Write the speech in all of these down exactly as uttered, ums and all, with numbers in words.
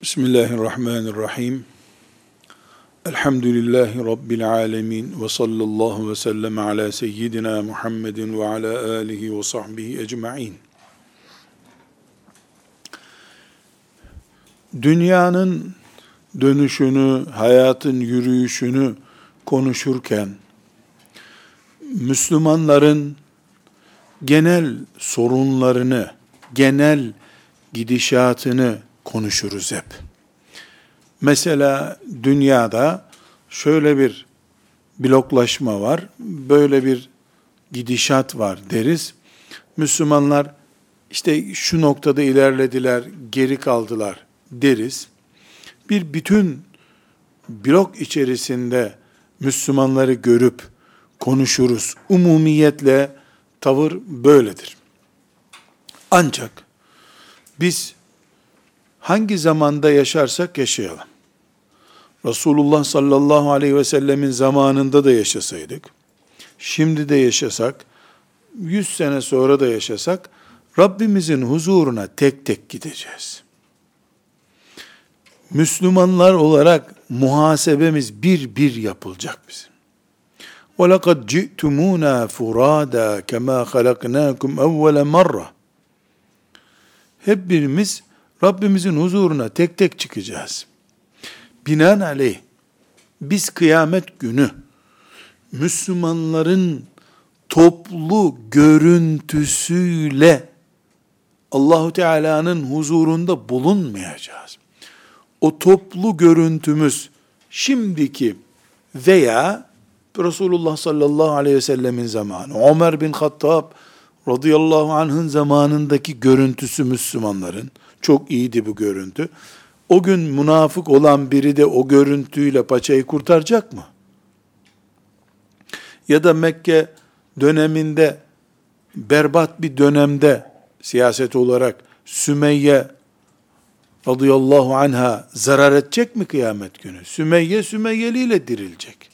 Bismillahirrahmanirrahim. Elhamdülillahi Rabbil alemin. Ve sallallahu ve sellem ala seyyidina Muhammedin ve ala alihi ve sahbihi ecma'in. Dünyanın dönüşünü, hayatın yürüyüşünü konuşurken, Müslümanların genel sorunlarını, genel gidişatını konuşuruz hep. Mesela dünyada şöyle bir bloklaşma var, böyle bir gidişat var deriz. Müslümanlar işte şu noktada ilerlediler, geri kaldılar deriz. Bir bütün blok içerisinde Müslümanları görüp konuşuruz. Umumiyetle tavır böyledir. Ancak biz hangi zamanda yaşarsak yaşayalım, Resulullah sallallahu aleyhi ve sellemin zamanında da yaşasaydık, şimdi de yaşasak, yüz sene sonra da yaşasak, Rabbimizin huzuruna tek tek gideceğiz. Müslümanlar olarak muhasebemiz bir bir yapılacak bizim. وَلَقَدْ جِئْتُمُونَا فُرَادًا كَمَا خَلَقْنَاكُمْ اَوَّلَ مَرَّةً Hep birimiz Rabbimizin huzuruna tek tek çıkacağız. Binaenaleyh biz kıyamet günü Müslümanların toplu görüntüsüyle Allahu Teala'nın huzurunda bulunmayacağız. O toplu görüntümüz şimdiki veya Resulullah sallallahu aleyhi ve sellemin zamanı, Ömer bin Hattab radıyallahu anh'ın zamanındaki görüntüsü Müslümanların, çok iyiydi bu görüntü. O gün münafık olan biri de o görüntüyle paçayı kurtaracak mı? Ya da Mekke döneminde, berbat bir dönemde siyaset olarak Sümeyye radıyallahu anha zarar edecek mi kıyamet günü? Sümeyye Sümeyyeliyle dirilecek.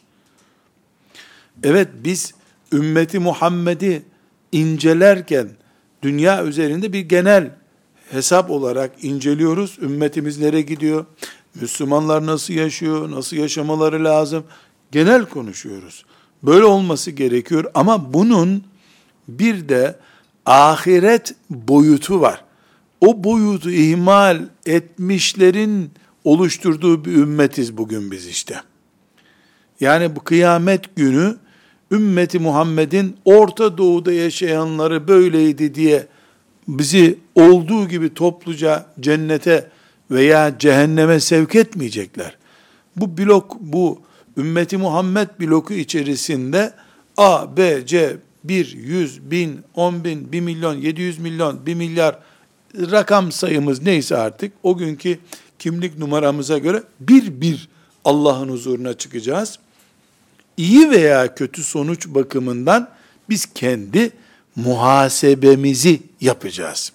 Evet, biz ümmeti Muhammed'i incelerken dünya üzerinde bir genel hesap olarak inceliyoruz. Ümmetimiz nereye gidiyor? Müslümanlar nasıl yaşıyor? Nasıl yaşamaları lazım? Genel konuşuyoruz. Böyle olması gerekiyor ama bunun bir de ahiret boyutu var. O boyutu ihmal etmişlerin oluşturduğu bir ümmetiz bugün biz işte. Yani bu kıyamet günü ümmeti Muhammed'in Orta Doğu'da yaşayanları böyleydi diye bizi olduğu gibi topluca cennete veya cehenneme sevk etmeyecekler. Bu blok, bu ümmeti Muhammed bloku içerisinde A, B, C, bir, yüz, bin, on bin, bir milyon, yedi yüz milyon, bir milyar rakam sayımız neyse artık o günkü kimlik numaramıza göre bir bir Allah'ın huzuruna çıkacağız. İyi veya kötü sonuç bakımından biz kendi muhasebemizi yapacağız.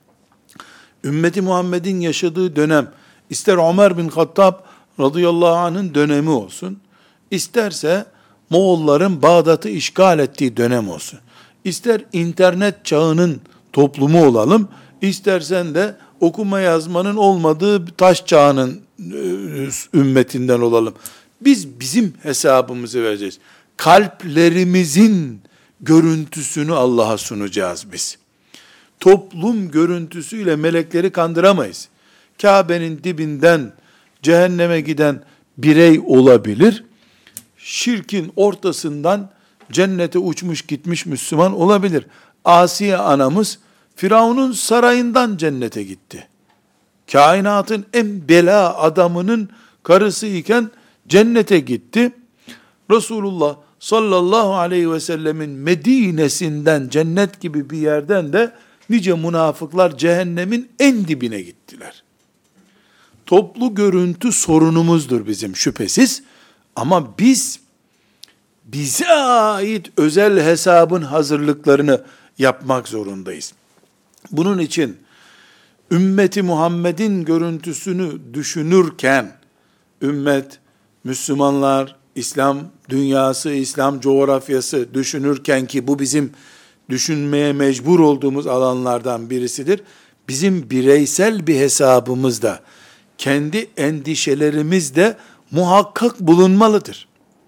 Ümmeti Muhammed'in yaşadığı dönem, ister Ömer bin Hattab radıyallahu anh'ın dönemi olsun, isterse Moğolların Bağdat'ı işgal ettiği dönem olsun, ister internet çağının toplumu olalım, istersen de okuma yazmanın olmadığı taş çağının ümmetinden olalım. Biz bizim hesabımızı vereceğiz. Kalplerimizin görüntüsünü Allah'a sunacağız biz. Toplum görüntüsüyle melekleri kandıramayız. Kabe'nin dibinden cehenneme giden birey olabilir. Şirkin ortasından cennete uçmuş gitmiş Müslüman olabilir. Asiye anamız Firavun'un sarayından cennete gitti. Kainatın en bela adamının karısı iken cennete gitti. Resulullah sallallahu aleyhi ve sellemin Medine'sinden, cennet gibi bir yerden de nice münafıklar cehennemin en dibine gittiler. Toplu görüntü sorunumuzdur bizim şüphesiz. Ama biz bize ait özel hesabın hazırlıklarını yapmak zorundayız. Bunun için ümmeti Muhammed'in görüntüsünü düşünürken ümmet, Müslümanlar, İslam dünyası, İslam coğrafyası düşünürken ki bu bizim düşünmeye mecbur olduğumuz alanlardan birisidir. Bizim bireysel bir hesabımız da kendi endişelerimiz de muhakkak bulunmalıdır.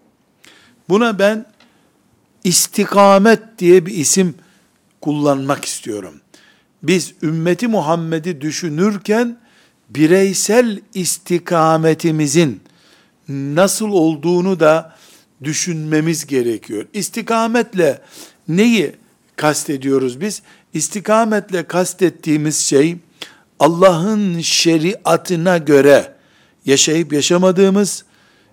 Buna ben istikamet diye bir isim kullanmak istiyorum. Biz ümmeti Muhammed'i düşünürken bireysel istikametimizin nasıl olduğunu da düşünmemiz gerekiyor. İstikametle neyi kastediyoruz biz? İstikametle kastettiğimiz şey Allah'ın şeriatına göre yaşayıp yaşamadığımız,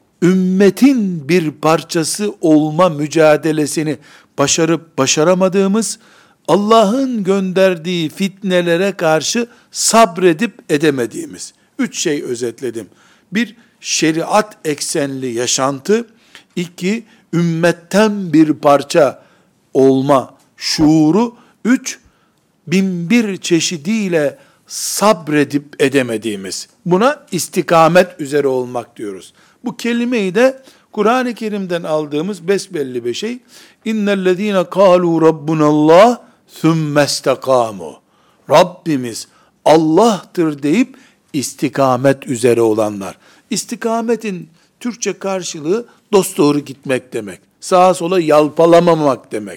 ümmetin bir parçası olma mücadelesini başarıp başaramadığımız, Allah'ın gönderdiği fitnelere karşı sabredip edemediğimiz. Üç şey özetledim. Bir, şeriat eksenli yaşantı. İki, ümmetten bir parça olma şuuru. Üç, bin bir çeşidiyle sabredip edemediğimiz. Buna istikamet üzere olmak diyoruz. Bu kelimeyi de Kur'an-ı Kerim'den aldığımız besbelli bir şey. İnnellezîne kâlû rabbunallah thummestekâmû. Rabbimiz Allah'tır deyip istikamet üzere olanlar. İstikametin Türkçe karşılığı dosdoğru gitmek demek. Sağa sola yalpalamamak demek.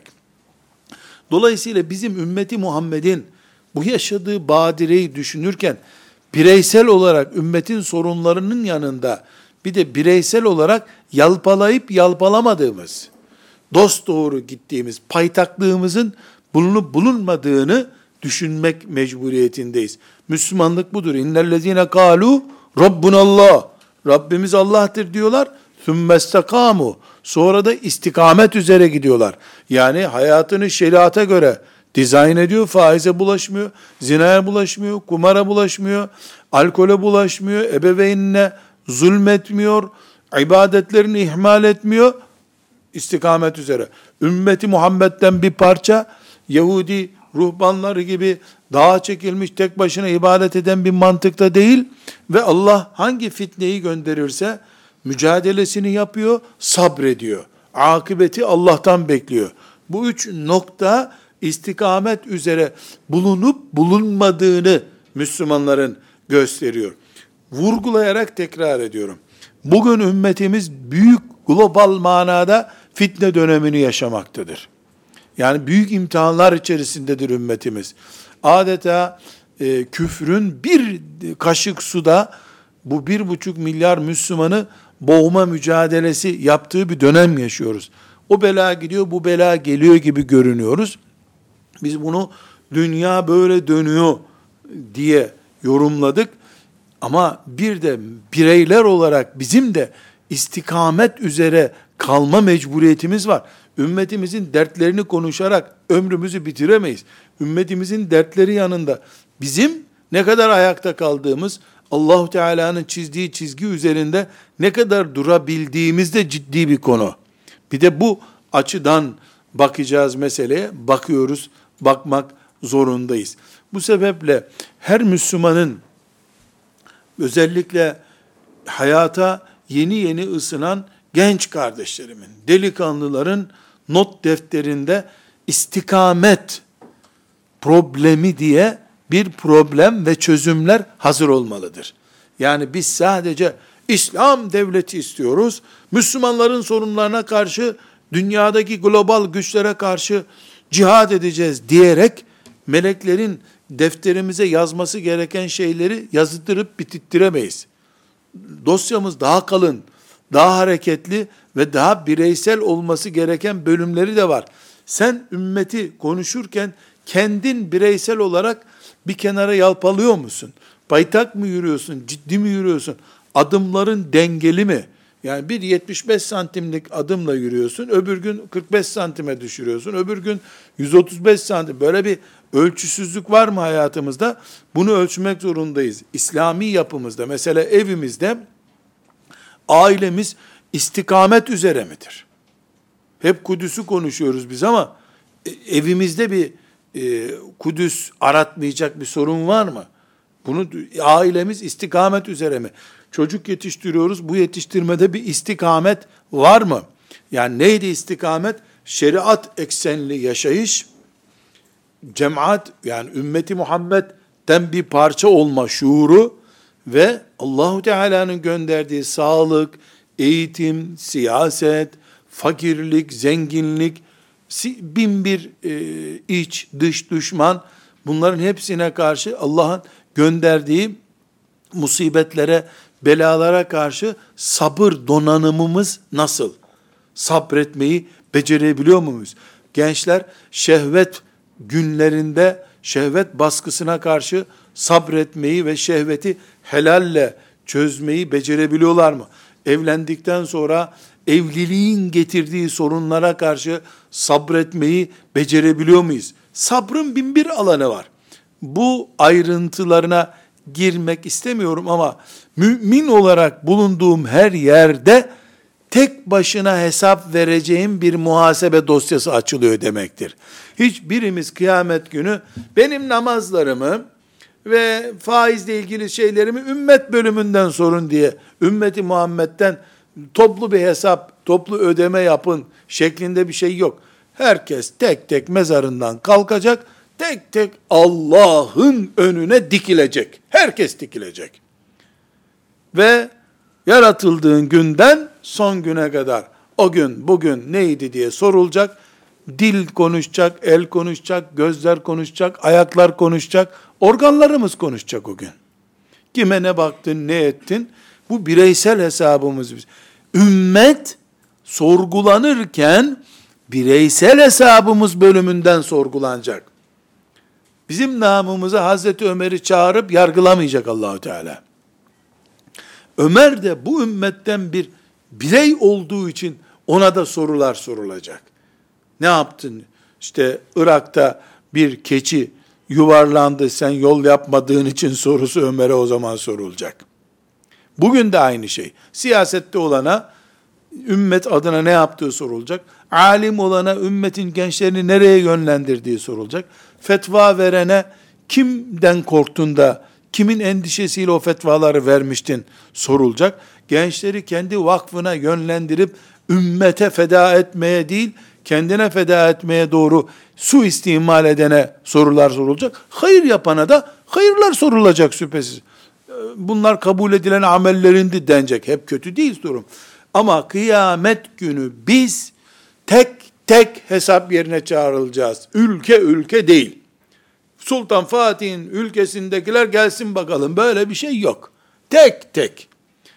Dolayısıyla bizim ümmeti Muhammed'in bu yaşadığı badireyi düşünürken bireysel olarak ümmetin sorunlarının yanında bir de bireysel olarak yalpalayıp yalpalamadığımız, dosdoğru gittiğimiz, paytaklığımızın bulunup bulunmadığını düşünmek mecburiyetindeyiz. Müslümanlık budur. İnnellezîne kâlû rabbunallah. Rabbimiz Allah'tır diyorlar. Sümmestekâmû. Sonra da istikamet üzere gidiyorlar. Yani hayatını şeriata göre dizayn ediyor, faize bulaşmıyor, zinaya bulaşmıyor, kumara bulaşmıyor, alkole bulaşmıyor, ebeveynine zulmetmiyor, ibadetlerini ihmal etmiyor, istikamet üzere. Ümmeti Muhammed'den bir parça, Yahudi ruhbanları gibi dağa çekilmiş tek başına ibadet eden bir mantıkta değil ve Allah hangi fitneyi gönderirse mücadelesini yapıyor, sabrediyor. Akıbeti Allah'tan bekliyor. Bu üç nokta istikamet üzere bulunup bulunmadığını Müslümanların gösteriyor. Vurgulayarak tekrar ediyorum. Bugün ümmetimiz büyük global manada fitne dönemini yaşamaktadır. Yani büyük imtihanlar içerisindedir ümmetimiz. Adeta e, küfrün bir kaşık suda bu bir buçuk milyar Müslümanı boğma mücadelesi yaptığı bir dönem yaşıyoruz. O bela gidiyor, bu bela geliyor gibi görünüyoruz. Biz bunu dünya böyle dönüyor diye yorumladık. Ama bir de bireyler olarak bizim de istikamet üzere kalma mecburiyetimiz var. Ümmetimizin dertlerini konuşarak ömrümüzü bitiremeyiz. Ümmetimizin dertleri yanında bizim ne kadar ayakta kaldığımız, Allah-u Teala'nın çizdiği çizgi üzerinde ne kadar durabildiğimiz de ciddi bir konu. Bir de bu açıdan bakacağız meseleye, bakıyoruz, bakmak zorundayız. Bu sebeple her Müslümanın, özellikle hayata yeni yeni ısınan genç kardeşlerimin, delikanlıların not defterinde istikamet problemi diye bir problem ve çözümler hazır olmalıdır. Yani biz sadece İslam devleti istiyoruz, Müslümanların sorunlarına karşı, dünyadaki global güçlere karşı cihad edeceğiz diyerek, meleklerin defterimize yazması gereken şeyleri yazıtırıp bitirttiremeyiz. Dosyamız daha kalın, daha hareketli ve daha bireysel olması gereken bölümleri de var. Sen ümmeti konuşurken kendin bireysel olarak bir kenara yalpalıyor musun? Paytak mı yürüyorsun? Ciddi mi yürüyorsun? Adımların dengeli mi? Yani bir yetmiş beş santimlik adımla yürüyorsun, öbür gün kırk beş santime düşürüyorsun, öbür gün yüz otuz beş santim. Böyle bir ölçüsüzlük var mı hayatımızda? Bunu ölçmek zorundayız. İslami yapımızda, mesela evimizde, ailemiz istikamet üzere midir? Hep Kudüs'ü konuşuyoruz biz ama evimizde bir e, Kudüs aratmayacak bir sorun var mı? Bunu ailemiz istikamet üzere mi? Çocuk yetiştiriyoruz. Bu yetiştirmede bir istikamet var mı? Yani neydi istikamet? Şeriat eksenli yaşayış, cemaat yani ümmeti Muhammed'den bir parça olma şuuru ve Allahu Teala'nın gönderdiği sağlık, eğitim, siyaset, fakirlik, zenginlik, bin bir e, iç, dış düşman, bunların hepsine karşı Allah'ın gönderdiği musibetlere, belalara karşı sabır donanımımız nasıl? Sabretmeyi becerebiliyor muyuz? Gençler şehvet günlerinde şehvet baskısına karşı sabretmeyi ve şehveti helalle çözmeyi becerebiliyorlar mı? Evlendikten sonra evliliğin getirdiği sorunlara karşı sabretmeyi becerebiliyor muyuz? Sabrın bin bir alanı var. Bu ayrıntılarına girmek istemiyorum ama mümin olarak bulunduğum her yerde tek başına hesap vereceğim bir muhasebe dosyası açılıyor demektir. Hiçbirimiz kıyamet günü benim namazlarımı ve faizle ilgili şeylerimi ümmet bölümünden sorun diye, ümmeti Muhammed'den toplu bir hesap, toplu ödeme yapın şeklinde bir şey yok. Herkes tek tek mezarından kalkacak, tek tek Allah'ın önüne dikilecek. Herkes dikilecek. Ve yaratıldığın günden son güne kadar o gün bugün neydi diye sorulacak. Dil konuşacak, el konuşacak, gözler konuşacak, ayaklar konuşacak, organlarımız konuşacak o gün. Kime ne baktın, ne ettin? Bu bireysel hesabımız. Ümmet sorgulanırken bireysel hesabımız bölümünden sorgulanacak. Bizim namımıza Hazreti Ömer'i çağırıp yargılamayacak Allahu Teala. Ömer de bu ümmetten bir birey olduğu için ona da sorular sorulacak. Ne yaptın? İşte Irak'ta bir keçi yuvarlandı, sen yol yapmadığın için sorusu Ömer'e o zaman sorulacak. Bugün de aynı şey. Siyasette olana, ümmet adına ne yaptığı sorulacak. Alim olana, ümmetin gençlerini nereye yönlendirdiği sorulacak. Fetva verene, kimden korktun da, kimin endişesiyle o fetvaları vermiştin sorulacak. Gençleri kendi vakfına yönlendirip, ümmete feda etmeye değil, kendine feda etmeye doğru suistimal edene sorular sorulacak. Hayır yapana da hayırlar sorulacak şüphesiz. Bunlar kabul edilen amellerindi denecek. Hep kötü değil durum. Ama kıyamet günü biz tek tek hesap yerine çağrılacağız. Ülke ülke değil. Sultan Fatih'in ülkesindekiler gelsin bakalım. Böyle bir şey yok. Tek tek.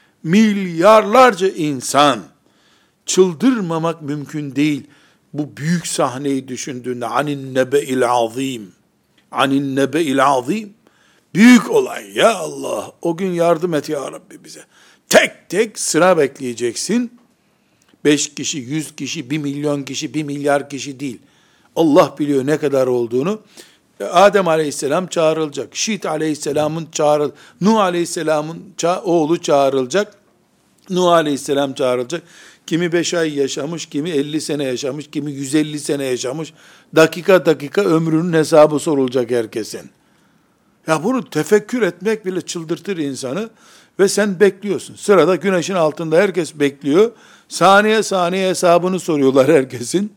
Milyarlarca insan. Çıldırmamak mümkün değil. Bu büyük sahneyi düşündüğünde anin nebe'il azim. Anin nebe'il azim. Büyük olay ya Allah. O gün yardım et ya Rabbi bize. Tek tek sıra bekleyeceksin. Beş kişi, yüz kişi, bir milyon kişi, bir milyar kişi değil. Allah biliyor ne kadar olduğunu. Adem aleyhisselam çağrılacak. Şit aleyhisselamın çağrıl, Nuh aleyhisselamın ça- oğlu çağrılacak. Nuh aleyhisselam çağrılacak. Kimi beş ay yaşamış, kimi elli sene yaşamış, kimi yüz elli sene yaşamış. Dakika dakika ömrünün hesabı sorulacak herkesin. Ya bunu tefekkür etmek bile çıldırtır insanı. Ve sen bekliyorsun. Sırada güneşin altında herkes bekliyor. Saniye saniye hesabını soruyorlar herkesin.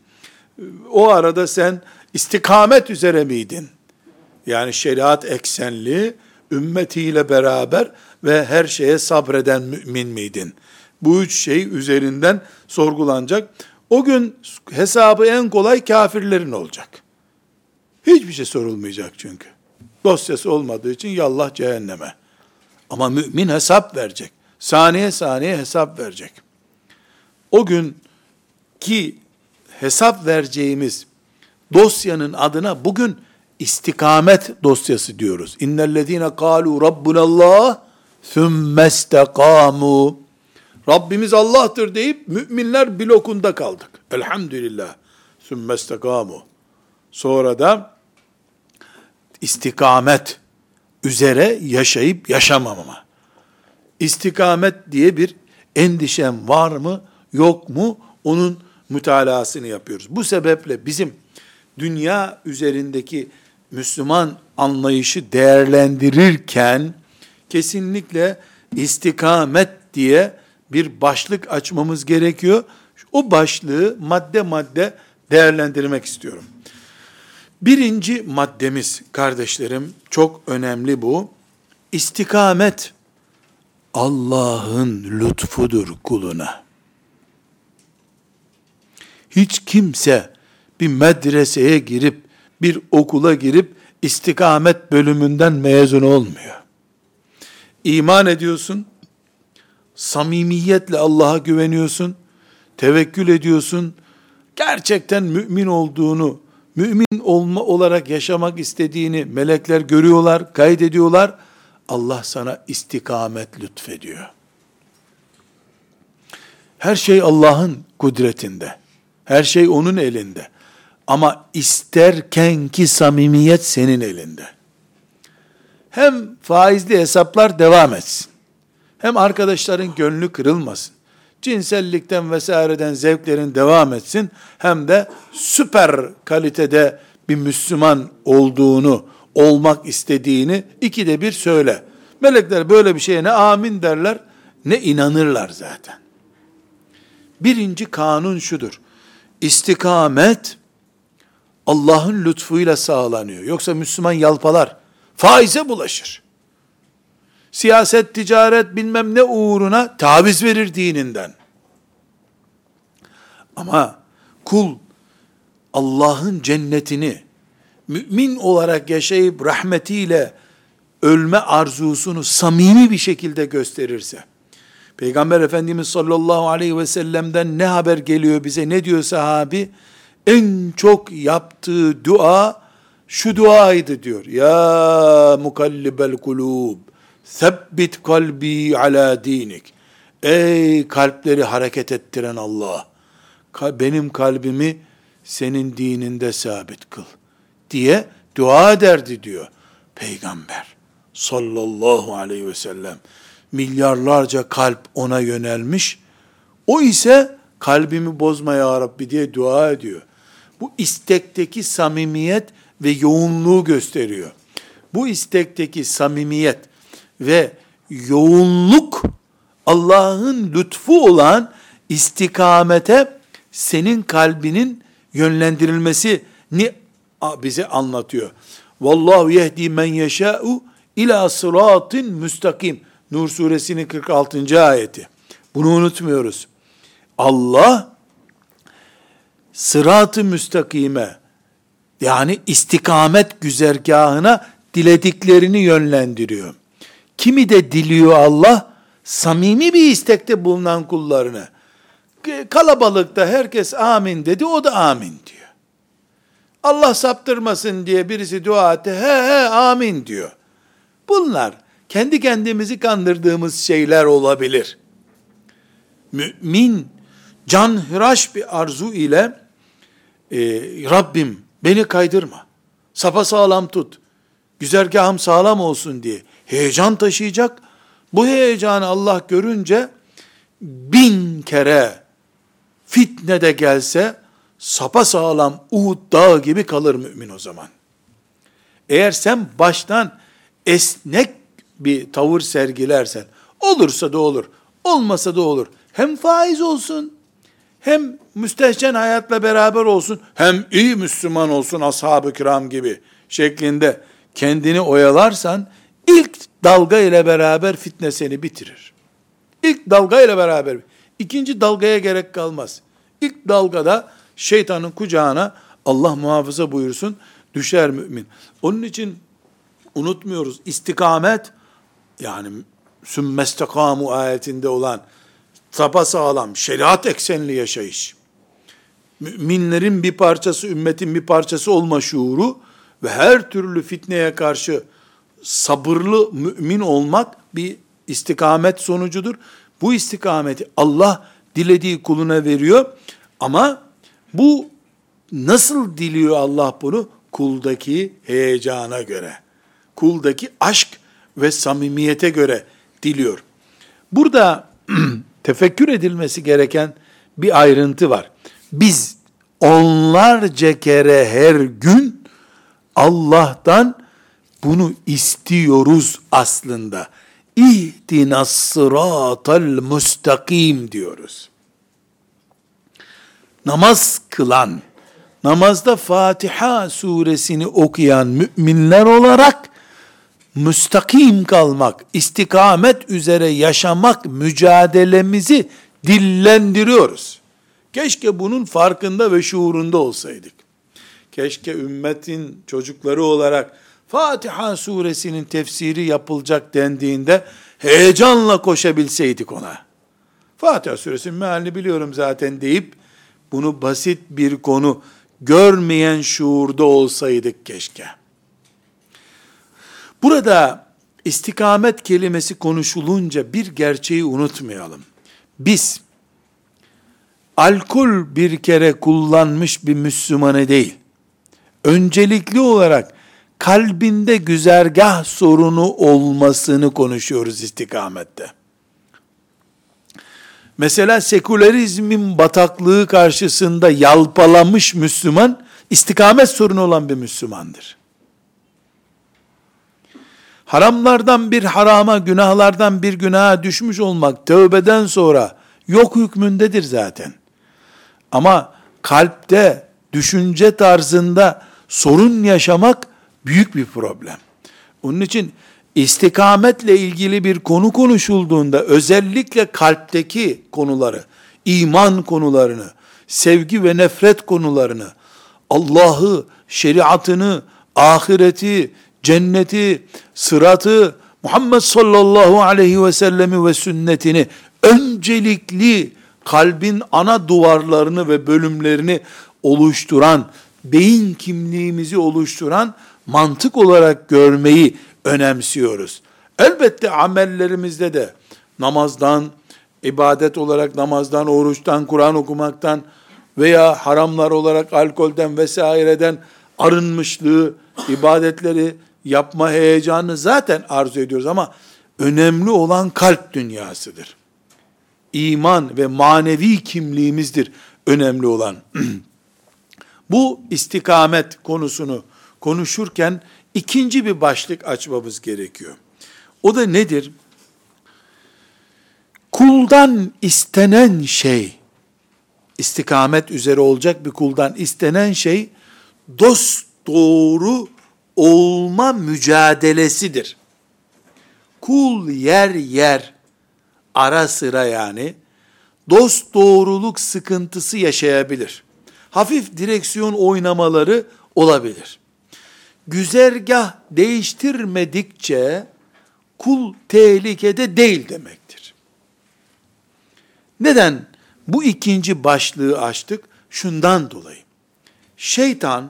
O arada sen istikamet üzere miydin? Yani şeriat eksenli, ümmetiyle beraber ve her şeye sabreden mümin miydin? Bu üç şey üzerinden sorgulanacak. O gün hesabı en kolay kafirlerin olacak. Hiçbir şey sorulmayacak çünkü. Dosyası olmadığı için yallah cehenneme. Ama mümin hesap verecek. Saniye saniye hesap verecek. O gün ki hesap vereceğimiz dosyanın adına bugün istikamet dosyası diyoruz. İnnellezîne kâlû rabbunallah thummestekâmû. Rabbimiz Allah'tır deyip müminler blokunda kaldık. Elhamdülillah. Thummestekâmû. Sonra da istikamet üzere yaşayıp yaşamamama. İstikamet diye bir endişem var mı, yok mu? Onun mütalasını yapıyoruz. Bu sebeple bizim dünya üzerindeki Müslüman anlayışı değerlendirirken kesinlikle istikamet diye bir başlık açmamız gerekiyor. O başlığı madde madde değerlendirmek istiyorum. Birinci maddemiz kardeşlerim, çok önemli bu. İstikamet Allah'ın lütfudur kuluna. Hiç kimse bir medreseye girip, bir okula girip, istikamet bölümünden mezun olmuyor. İman ediyorsun, samimiyetle Allah'a güveniyorsun, tevekkül ediyorsun, gerçekten mümin olduğunu, mümin olma olarak yaşamak istediğini melekler görüyorlar, kaydediyorlar. Allah sana istikamet lütfediyor. Her şey Allah'ın kudretinde. Her şey onun elinde. Ama isterkenki samimiyet senin elinde. Hem faizli hesaplar devam etsin. Hem arkadaşların gönlü kırılmasın. Cinsellikten vesaireden zevklerin devam etsin. Hem de süper kalitede bir Müslüman olduğunu, olmak istediğini ikide bir söyle. Melekler böyle bir şeye ne amin derler, ne inanırlar zaten. Birinci kanun şudur. İstikamet Allah'ın lütfuyla sağlanıyor. Yoksa Müslüman yalpalar, faize bulaşır. Siyaset, ticaret bilmem ne uğruna taviz verir dininden. Ama kul Allah'ın cennetini mümin olarak yaşayıp rahmetiyle ölme arzusunu samimi bir şekilde gösterirse, Peygamber Efendimiz sallallahu aleyhi ve sellem'den ne haber geliyor bize, ne diyor sahabi? En çok yaptığı dua şu duaydı diyor. Ya mukallibel kulub, sebbit kalbi ala dinik. Ey kalpleri hareket ettiren Allah, benim kalbimi senin dininde sabit kıl diye dua ederdi diyor Peygamber sallallahu aleyhi ve sellem. Milyarlarca kalp ona yönelmiş. O ise kalbimi bozma ya Rabbi diye dua ediyor. Bu istekteki samimiyet ve yoğunluğu gösteriyor. Bu istekteki samimiyet ve yoğunluk Allah'ın lütfu olan istikamete senin kalbinin yönlendirilmesini bize anlatıyor. Vallahu yehdi men yeşâ'u ila sıratin müstakim. Nur suresinin kırk altıncı ayeti. Bunu unutmuyoruz. Allah sırat-ı müstakime, yani istikamet güzergahına dilediklerini yönlendiriyor. Kimi de diliyor Allah? Samimi bir istekte bulunan kullarını. Kalabalıkta herkes amin dedi, o da amin diyor. Allah saptırmasın diye birisi dua etti, he he amin diyor. Bunlar kendi kendimizi kandırdığımız şeyler olabilir. Mümin canhıraş bir arzu ile e, Rabbim beni kaydırma, sapasağlam tut, güzergahım sağlam olsun diye heyecan taşıyacak. Bu heyecanı Allah görünce bin kere fitne de gelse sapasağlam Uhud dağı gibi kalır mümin o zaman. Eğer sen baştan esnek bir tavır sergilersen, olursa da olur, olmasa da olur. Hem faiz olsun, hem müstehcen hayatla beraber olsun, hem iyi Müslüman olsun ashab-ı kiram gibi şeklinde kendini oyalarsan, ilk dalga ile beraber fitne seni bitirir. İlk dalga ile beraber, ikinci dalgaya gerek kalmaz. İlk dalgada şeytanın kucağına, Allah muhafaza buyursun, düşer mümin. Onun için unutmuyoruz, istikamet, yani sümmestekamu ayetinde olan sapasağlam, şeriat eksenli yaşayış, müminlerin bir parçası, ümmetin bir parçası olma şuuru ve her türlü fitneye karşı sabırlı mümin olmak bir istikamet sonucudur. Bu istikameti Allah dilediği kuluna veriyor ama bu nasıl diliyor Allah bunu? Kuldaki heyecana göre, kuldaki aşk ve samimiyete göre diliyor. Burada tefekkür edilmesi gereken bir ayrıntı var. Biz onlarca kere her gün Allah'tan bunu istiyoruz aslında. İhdinas sıratal müstakim diyoruz. Namaz kılan, namazda Fatiha suresini okuyan müminler olarak müstakim kalmak, istikamet üzere yaşamak mücadelemizi dillendiriyoruz. Keşke bunun farkında ve şuurunda olsaydık. Keşke ümmetin çocukları olarak Fatiha suresinin tefsiri yapılacak dendiğinde heyecanla koşabilseydik ona. Fatiha suresinin mealini biliyorum zaten deyip bunu basit bir konu görmeyen şuurda olsaydık keşke. Burada istikamet kelimesi konuşulunca bir gerçeği unutmayalım. Biz alkol bir kere kullanmış bir Müslümanı değil, öncelikli olarak kalbinde güzergah sorunu olmasını konuşuyoruz istikamette. Mesela sekülerizmin bataklığı karşısında yalpalamış Müslüman, istikamet sorunu olan bir Müslümandır. Haramlardan bir harama, günahlardan bir günaha düşmüş olmak, tövbeden sonra yok hükmündedir zaten. Ama kalpte, düşünce tarzında sorun yaşamak büyük bir problem. Onun için istikametle ilgili bir konu konuşulduğunda özellikle kalpteki konuları, iman konularını, sevgi ve nefret konularını, Allah'ı, şeriatını, ahireti, cenneti, sıratı, Muhammed sallallahu aleyhi ve sellemi ve sünnetini öncelikli kalbin ana duvarlarını ve bölümlerini oluşturan, beyin kimliğimizi oluşturan mantık olarak görmeyi önemsiyoruz. Elbette amellerimizde de namazdan, ibadet olarak namazdan, oruçtan, Kur'an okumaktan veya haramlar olarak alkolden vesaireden arınmışlığı, ibadetleri yapma heyecanını zaten arzu ediyoruz ama önemli olan kalp dünyasıdır. İman ve manevi kimliğimizdir önemli olan. Bu istikamet konusunu konuşurken ikinci bir başlık açmamız gerekiyor. O da nedir? Kuldan istenen şey, istikamet üzere olacak bir kuldan istenen şey, dost doğru olma mücadelesidir. Kul yer yer, ara sıra yani, dost doğruluk sıkıntısı yaşayabilir. Hafif direksiyon oynamaları olabilir. Güzergah değiştirmedikçe kul tehlikede değil demektir. Neden bu ikinci başlığı açtık? Şundan dolayı. Şeytan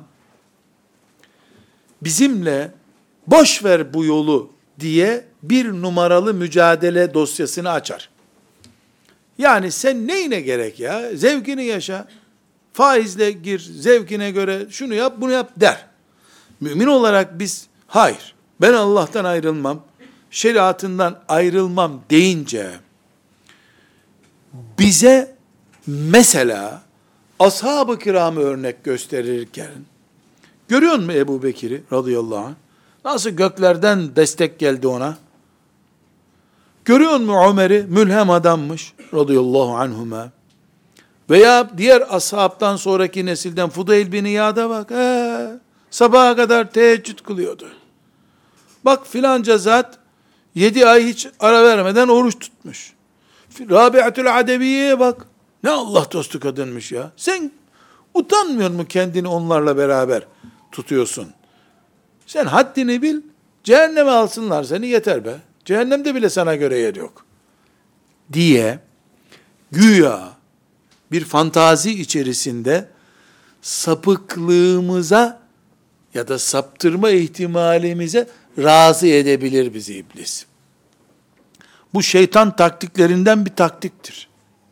bizimle boş ver bu yolu diye bir numaralı mücadele dosyasını açar. Yani sen neyine gerek ya? Zevkini yaşa. Faizle gir, zevkine göre şunu yap, bunu yap der. Mümin olarak biz, hayır, ben Allah'tan ayrılmam, şeriatından ayrılmam deyince, bize mesela ashab-ı kiramı örnek gösterirken, görüyor musun Ebu Bekir'i radıyallahu anh? Nasıl göklerden destek geldi ona? Görüyor musun Ömer'i? Mülhem adammış radıyallahu anhuma. Veya diğer ashabtan sonraki nesilden Fudayl bin İyad'a bak. He, sabaha kadar teheccüd kılıyordu. Bak filanca zat yedi ay hiç ara vermeden oruç tutmuş. Rabi'atül Adeviye'ye bak. Ne Allah dostu kadınmış ya. Sen utanmıyor mu kendini onlarla beraber tutuyorsun? Sen haddini bil, cehenneme alsınlar seni yeter be. Cehennemde bile sana göre yer yok. Diye güya bir fantazi içerisinde sapıklığımıza ya da saptırma ihtimalimize razı edebilir bizi iblis. Bu şeytan taktiklerinden bir taktiktir.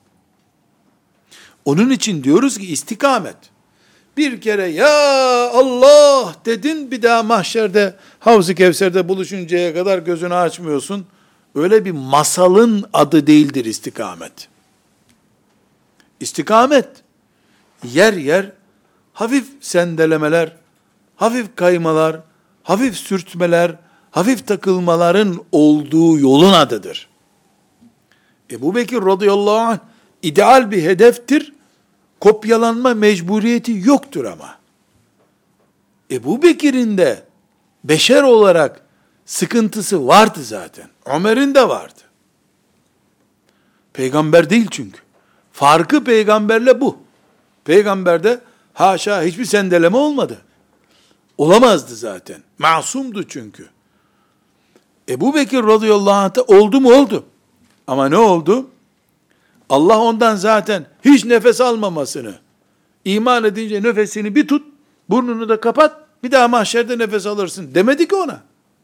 Onun için diyoruz ki istikamet. Bir kere ya Allah dedin, bir daha mahşerde Havz-ı Kevser'de buluşuncaya kadar gözünü açmıyorsun. Öyle bir masalın adı değildir istikamet. İstikamet, yer yer hafif sendelemeler, hafif kaymalar, hafif sürtmeler, hafif takılmaların olduğu yolun adıdır. Ebu Bekir radıyallahu anh ideal bir hedeftir, kopyalanma mecburiyeti yoktur ama. Ebu Bekir'in de beşer olarak sıkıntısı vardı zaten. Ömer'in de vardı. Peygamber değil çünkü. Farkı peygamberle bu. Peygamberde haşa hiçbir sendeleme olmadı. Olamazdı zaten. Masumdu çünkü. Ebu Bekir radıyallahu anh'ta oldu mu oldu. Ama ne oldu? Allah ondan zaten hiç nefes almamasını, iman edince nefesini bir tut, burnunu da kapat, bir daha mahşerde nefes alırsın demedi ki ona.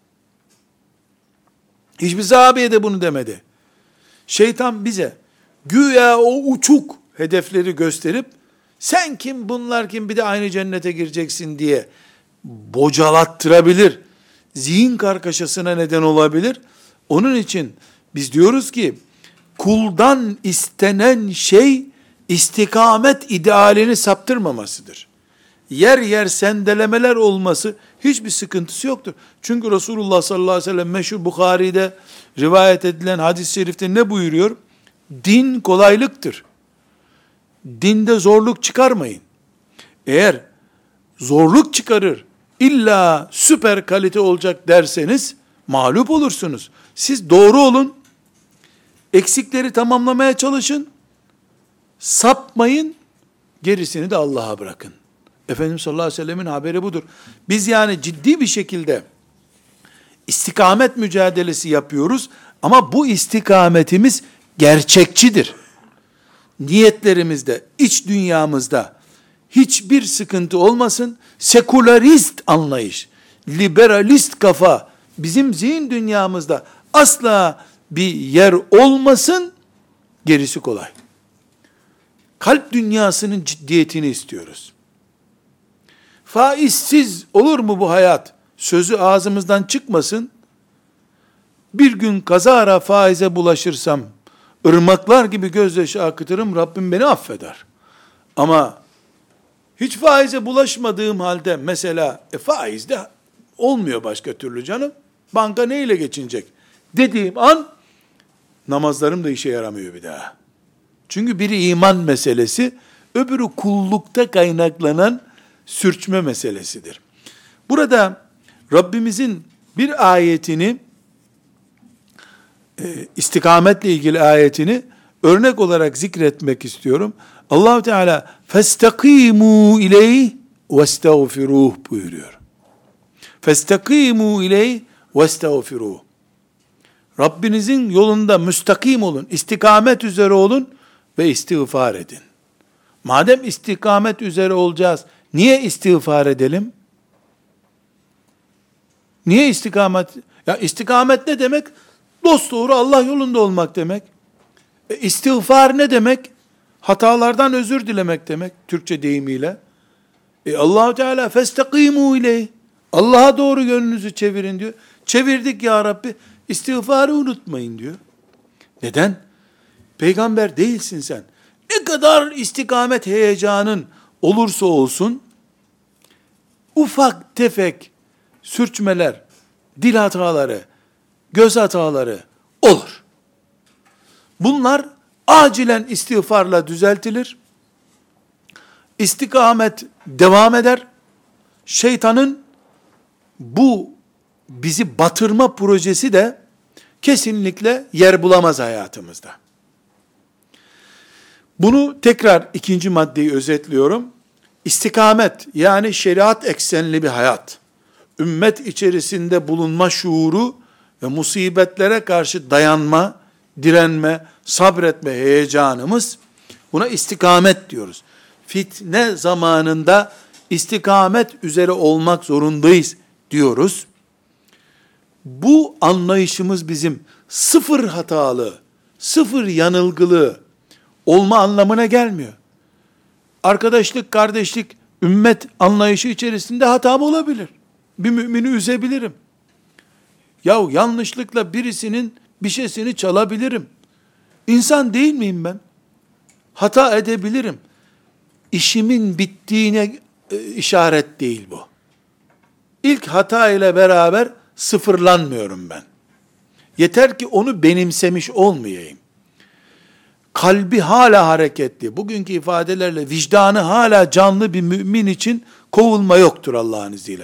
Hiçbir sahabeye de bunu demedi. Şeytan bize güya o uçuk hedefleri gösterip, sen kim bunlar kim bir de aynı cennete gireceksin diye bocalattırabilir. Zihin kargaşasına neden olabilir. Onun için biz diyoruz ki kuldan istenen şey istikamet idealini saptırmamasıdır. Yer yer sendelemeler olması hiçbir sıkıntısı yoktur. Çünkü Resulullah sallallahu aleyhi ve sellem meşhur Bukhari'de rivayet edilen hadis-i şerifte ne buyuruyor? Din kolaylıktır. Dinde zorluk çıkarmayın. Eğer zorluk çıkarır, illa süper kalite olacak derseniz mağlup olursunuz. Siz doğru olun, eksikleri tamamlamaya çalışın, sapmayın, gerisini de Allah'a bırakın. Efendimiz sallallahu aleyhi ve sellemin haberi budur. Biz yani ciddi bir şekilde istikamet mücadelesi yapıyoruz ama bu istikametimiz gerçekçidir. Niyetlerimizde, iç dünyamızda hiçbir sıkıntı olmasın. Sekülerist anlayış, liberalist kafa bizim zihin dünyamızda asla bir yer olmasın. Gerisi kolay. Kalp dünyasının ciddiyetini istiyoruz. Faizsiz olur mu bu hayat? Sözü ağzımızdan çıkmasın. Bir gün kazara faize bulaşırsam, ırmaklar gibi gözyaşı akıtırım, Rabbim beni affeder. Ama hiç faize bulaşmadığım halde, mesela e, faiz de olmuyor başka türlü canım, banka neyle geçinecek dediğim an, namazlarım da işe yaramıyor bir daha. Çünkü biri iman meselesi, öbürü kullukta kaynaklanan sürçme meselesidir. Burada Rabbimizin bir ayetini, e, istikametle ilgili ayetini örnek olarak zikretmek istiyorum. Allah-u Teala فَاسْتَقِيمُوا اِلَيْهِ وَاسْتَغْفِرُوهُ buyuruyor. فَاسْتَقِيمُوا اِلَيْهِ وَاسْتَغْفِرُوهُ. Rabbinizin yolunda müstakim olun, istikamet üzere olun ve istiğfar edin. Madem istikamet üzere olacağız, niye istiğfar edelim? Niye istikamet? Ya istikamet ne demek? Dosdoğru Allah yolunda olmak demek. E, istiğfar ne demek? Hatalardan özür dilemek demek, Türkçe deyimiyle. E Allah-u Teala festakimu ileyh. Allah'a doğru yönünüzü çevirin diyor. Çevirdik ya Rabbi, istiğfarı unutmayın diyor. Neden? Peygamber değilsin sen. Ne kadar istikamet heyecanın olursa olsun, ufak tefek sürçmeler, dil hataları, göz hataları olur. Bunlar acilen istiğfarla düzeltilir. İstikamet devam eder. Şeytanın bu bizi batırma projesi de kesinlikle yer bulamaz hayatımızda. Bunu tekrar ikinci maddeyi özetliyorum. İstikamet, yani şeriat eksenli bir hayat, ümmet içerisinde bulunma şuuru ve musibetlere karşı dayanma, direnme, sabretme heyecanımız, buna istikamet diyoruz. Fitne zamanında istikamet üzere olmak zorundayız diyoruz. Bu anlayışımız bizim sıfır hatalı, sıfır yanılgılı olma anlamına gelmiyor. Arkadaşlık, kardeşlik, ümmet anlayışı içerisinde hatam olabilir. Bir mümini üzebilirim. Yahu yanlışlıkla birisinin bir şeysini çalabilirim. İnsan değil miyim ben? Hata edebilirim. İşimin bittiğine e, işaret değil bu. İlk hata ile beraber sıfırlanmıyorum ben. Yeter ki onu benimsemiş olmayayım. Kalbi hala hareketli. Bugünkü ifadelerle vicdanı hala canlı bir mümin için kovulma yoktur Allah'ın izniyle.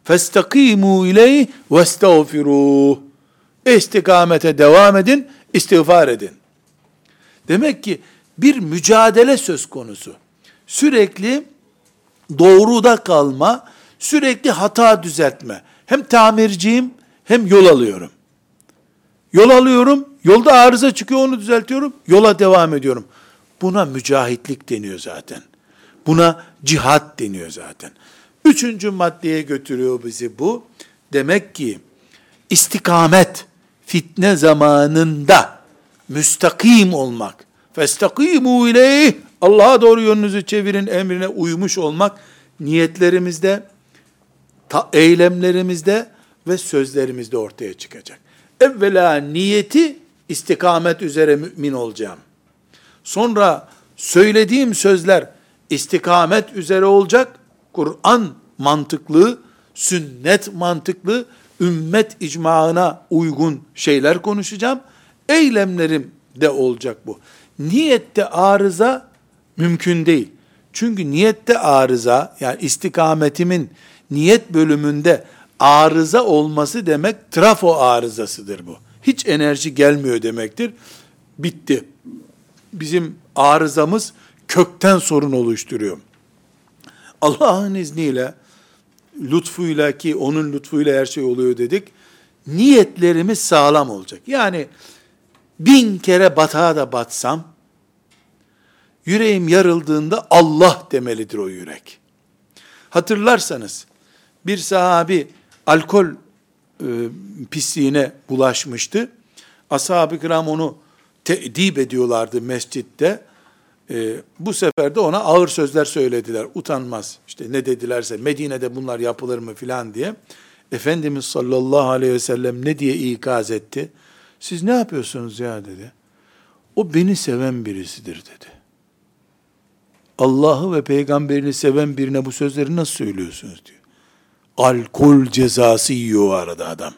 فَاسْتَقِيمُوا اِلَيْهِ وَاسْتَغْفِرُوهُ. İstikamete devam edin, istiğfar edin. Demek ki bir mücadele söz konusu. Sürekli doğruda kalma, sürekli hata düzeltme. Hem tamirciyim, hem yol alıyorum. Yol alıyorum, yolda arıza çıkıyor, onu düzeltiyorum, yola devam ediyorum. Buna mücahitlik deniyor zaten. Buna cihat deniyor zaten. Üçüncü maddeye götürüyor bizi bu. Demek ki istikamet, fitne zamanında müstakim olmak. فَاسْتَقِيمُوا اِلَيْهِ. Allah'a doğru yönünüzü çevirin emrine uymuş olmak, niyetlerimizde, ta, eylemlerimizde ve sözlerimizde ortaya çıkacak. Evvela niyeti istikamet üzere mümin olacağım. Sonra söylediğim sözler istikamet üzere olacak. Kur'an mantıklı, sünnet mantıklı, ümmet icmaına uygun şeyler konuşacağım. Eylemlerim de olacak bu. Niyette arıza mümkün değil. Çünkü niyette arıza, yani istikametimin niyet bölümünde arıza olması demek trafo arızasıdır bu. Hiç enerji gelmiyor demektir. Bitti. Bizim arızamız kökten sorun oluşturuyor. Allah'ın izniyle, lütfuyla, ki onun lütfuyla her şey oluyor dedik, niyetlerimiz sağlam olacak. Yani bin kere batağa da batsam, yüreğim yarıldığında Allah demelidir o yürek. Hatırlarsanız, bir sahabi alkol e, pisliğine bulaşmıştı. Ashab-ı kiram onu te'dib ediyorlardı mescitte. E, bu sefer de ona ağır sözler söylediler. Utanmaz. İşte ne dedilerse, Medine'de bunlar yapılır mı filan diye. Efendimiz sallallahu aleyhi ve sellem ne diye ikaz etti? Siz ne yapıyorsunuz ya dedi. O beni seven birisidir dedi. Allah'ı ve peygamberini seven birine bu sözleri nasıl söylüyorsunuz diyor. Alkol cezası yiyor o arada adam.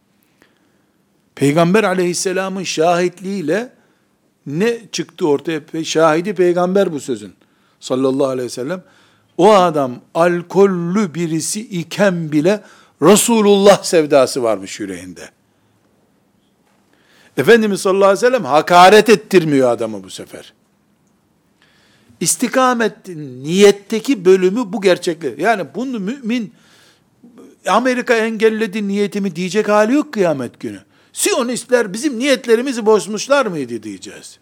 Peygamber aleyhisselamın şahitliğiyle ne çıktı ortaya? Şahidi peygamber bu sözün. Sallallahu aleyhi ve sellem. O adam alkollü birisi iken bile Resulullah sevdası varmış yüreğinde. Efendimiz sallallahu aleyhi ve sellem hakaret ettirmiyor adamı bu sefer. İstikamet, niyetteki bölümü bu gerçekler. Yani bunu mümin, Amerika engelledi niyetimi diyecek hali yok kıyamet günü. Siyonistler bizim niyetlerimizi bozmuşlar mıydı diyeceğiz.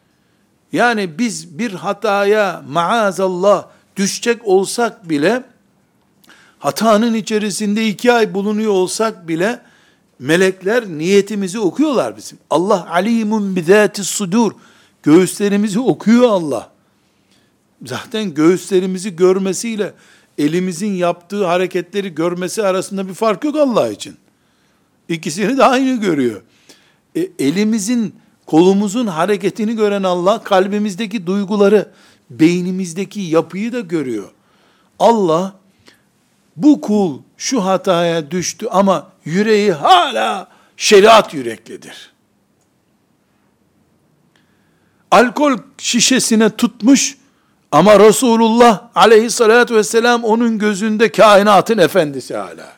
Yani biz bir hataya maazallah düşecek olsak bile, hatanın içerisinde iki ay bulunuyor olsak bile, melekler niyetimizi okuyorlar bizim. Allah alimun bizâtis sudur. Göğüslerimizi okuyor Allah. Zaten göğüslerimizi görmesiyle elimizin yaptığı hareketleri görmesi arasında bir fark yok Allah için. İkisini de aynı görüyor. E, elimizin, kolumuzun hareketini gören Allah, kalbimizdeki duyguları, beynimizdeki yapıyı da görüyor. Allah, bu kul şu hataya düştü ama yüreği hala şeriat yüreklidir. Alkol şişesine tutmuş ama Resulullah aleyhissalatü vesselam onun gözünde kainatın efendisi hala.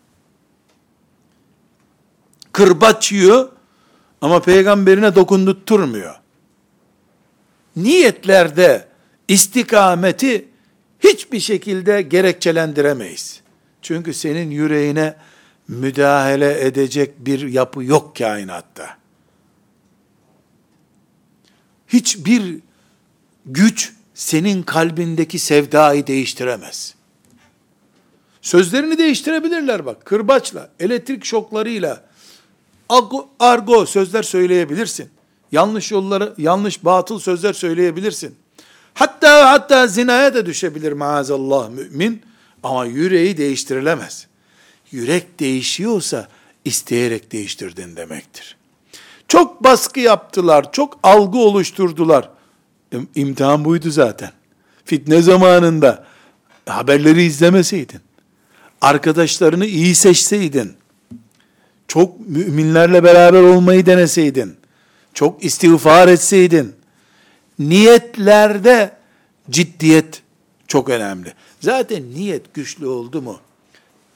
Kırbaç yiyor ama peygamberine dokundurtturmuyor. Niyetlerde istikameti hiçbir şekilde gerekçelendiremeyiz. Çünkü senin yüreğine müdahale edecek bir yapı yok kainatta. Hiçbir güç senin kalbindeki sevdayı değiştiremez. Sözlerini değiştirebilirler bak. Kırbaçla, elektrik şoklarıyla, argo, argo sözler söyleyebilirsin. Yanlış yolları, yanlış batıl sözler söyleyebilirsin. Hatta hatta zinaya da düşebilir maazallah mümin, ama yüreği değiştirilemez. Yürek değişiyorsa isteyerek değiştirdin demektir. Çok baskı yaptılar, çok algı oluşturdular. İmtihan buydu zaten. Fitne zamanında haberleri izlemeseydin, arkadaşlarını iyi seçseydin, çok müminlerle beraber olmayı deneseydin, çok istiğfar etseydin, niyetlerde ciddiyet çok önemli. Zaten niyet güçlü oldu mu,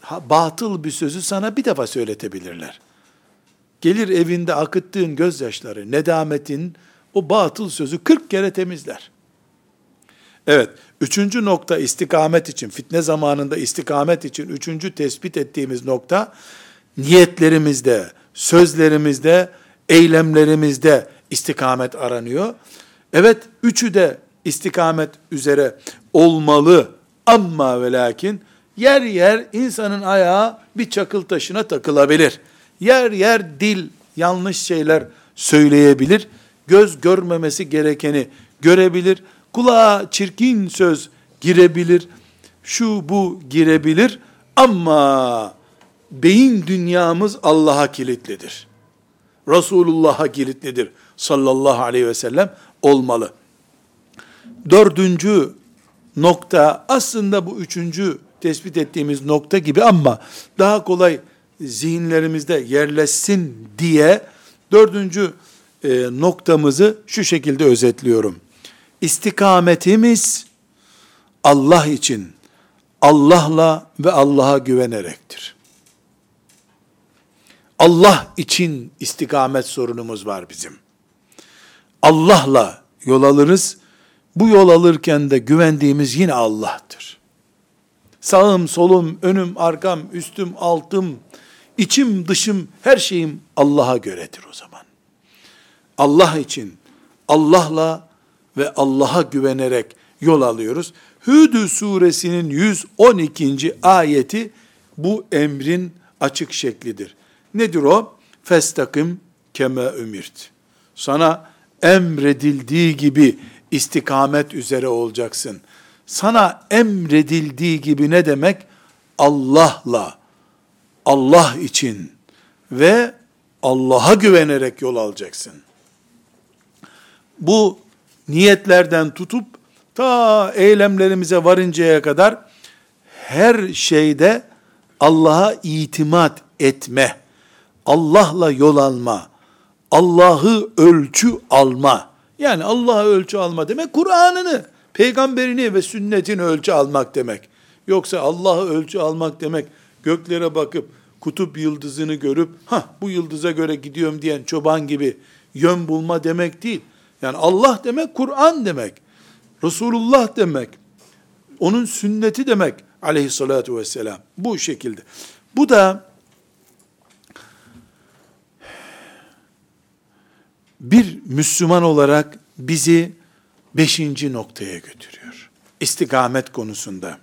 batıl bir sözü sana bir defa söyletebilirler. Gelir evinde akıttığın gözyaşları, nedametin o batıl sözü kırk kere temizler. Evet, üçüncü nokta istikamet için, fitne zamanında istikamet için üçüncü tespit ettiğimiz nokta, niyetlerimizde, sözlerimizde, eylemlerimizde istikamet aranıyor. Evet, üçü de istikamet üzere olmalı ama ve lakin yer yer insanın ayağı bir çakıl taşına takılabilir. Yer yer dil yanlış şeyler söyleyebilir. Göz görmemesi gerekeni görebilir. Kulağa çirkin söz girebilir. Şu bu girebilir. Ama beyin dünyamız Allah'a kilitlidir. Resulullah'a kilitlidir. Sallallahu aleyhi ve sellem olmalı. Dördüncü nokta aslında bu üçüncü tespit ettiğimiz nokta gibi ama daha kolay zihinlerimizde yerleşsin diye dördüncü e, noktamızı şu şekilde özetliyorum. İstikametimiz Allah için, Allah'la ve Allah'a güvenerektir. Allah için istikamet sorunumuz var bizim. Allah'la yol alırız. Bu yol alırken de güvendiğimiz yine Allah'tır. Sağım, solum, önüm, arkam, üstüm, altım, içim, dışım, her şeyim Allah'a göredir o zaman. Allah için, Allah'la ve Allah'a güvenerek yol alıyoruz. Hud suresinin yüz on ikinci ayeti bu emrin açık şeklidir. Nedir o? Festakim keme ümirt. Sana emredildiği gibi istikamet üzere olacaksın. Sana emredildiği gibi ne demek? Allah'la, Allah için ve Allah'a güvenerek yol alacaksın. Bu niyetlerden tutup ta eylemlerimize varıncaya kadar her şeyde Allah'a itimat etme, Allah'la yol alma, Allah'ı ölçü alma. Yani Allah'a ölçü alma demek Kur'an'ını, peygamberini ve sünnetini ölçü almak demek. Yoksa Allah'ı ölçü almak demek göklere bakıp kutup yıldızını görüp ha bu yıldıza göre gidiyorum diyen çoban gibi yön bulma demek değil. Yani Allah demek Kur'an demek. Resulullah demek. Onun sünneti demek aleyhissalatu vesselam. Bu şekilde. Bu da bir Müslüman olarak bizi beşinci noktaya götürüyor. İstikamet konusunda.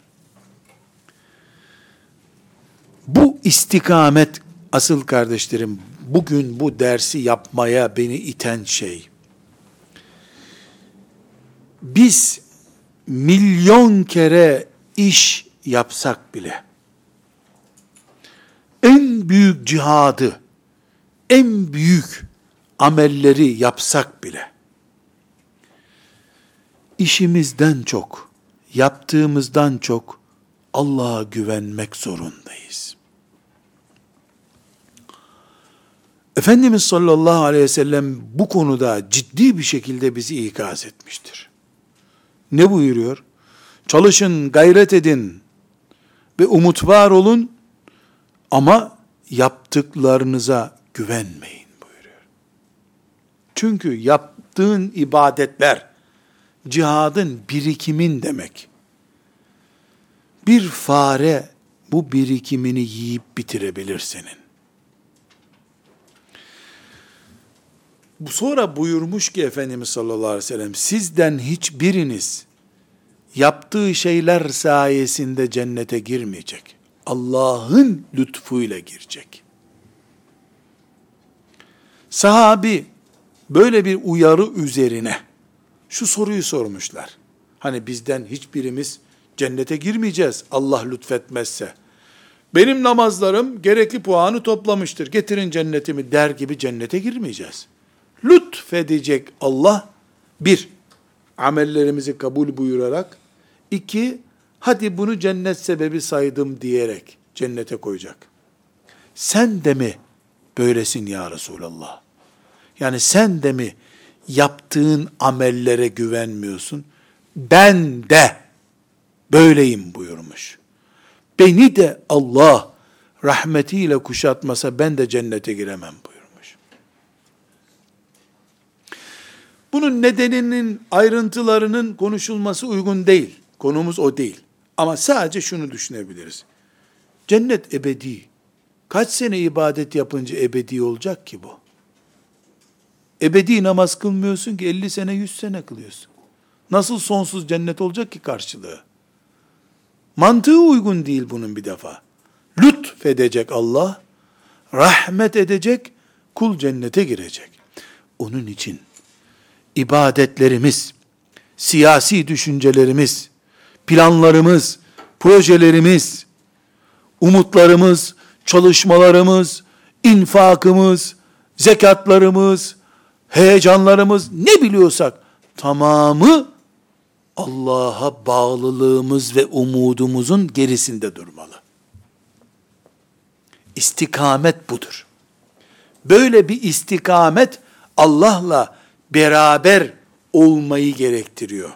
Bu istikamet asıl kardeşlerim, bugün bu dersi yapmaya beni iten şey. Biz milyon kere iş yapsak bile, en büyük cihadı, en büyük amelleri yapsak bile, işimizden çok, yaptığımızdan çok Allah'a güvenmek zorundayız. Efendimiz sallallahu aleyhi ve sellem bu konuda ciddi bir şekilde bizi ikaz etmiştir. Ne buyuruyor? Çalışın, gayret edin ve umut var olun ama yaptıklarınıza güvenmeyin buyuruyor. Çünkü yaptığın ibadetler cihadın birikimin demek. Bir fare bu birikimini yiyip bitirebilir senin. Sonra buyurmuş ki Efendimiz sallallahu aleyhi ve sellem, sizden hiçbiriniz yaptığı şeyler sayesinde cennete girmeyecek. Allah'ın lütfuyla girecek. Sahabi böyle bir uyarı üzerine şu soruyu sormuşlar. Hani bizden hiçbirimiz cennete girmeyeceğiz Allah lütfetmezse. Benim namazlarım gerekli puanı toplamıştır. Getirin cennetimi der gibi cennete girmeyeceğiz. Lütfedecek Allah, bir, amellerimizi kabul buyurarak, iki, hadi bunu cennet sebebi saydım diyerek cennete koyacak. Sen de mi böylesin ya Resulallah? Yani sen de mi yaptığın amellere güvenmiyorsun? Ben de böyleyim buyurmuş. Beni de Allah rahmetiyle kuşatmasa ben de cennete giremem buyurmuş. Bunun nedeninin, ayrıntılarının konuşulması uygun değil. Konumuz o değil. Ama sadece şunu düşünebiliriz. Cennet ebedi. Kaç sene ibadet yapınca ebedi olacak ki bu? Ebedi namaz kılmıyorsun ki elli sene, yüz sene kılıyorsun. Nasıl sonsuz cennet olacak ki karşılığı? Mantığı uygun değil bunun bir defa. Lütfedecek Allah, rahmet edecek, kul cennete girecek. Onun için ibadetlerimiz, siyasi düşüncelerimiz, planlarımız, projelerimiz, umutlarımız, çalışmalarımız, infakımız, zekatlarımız, heyecanlarımız, ne biliyorsak tamamı Allah'a bağlılığımız ve umudumuzun gerisinde durmalı. İstikamet budur. Böyle bir istikamet Allah'la beraber olmayı gerektiriyor.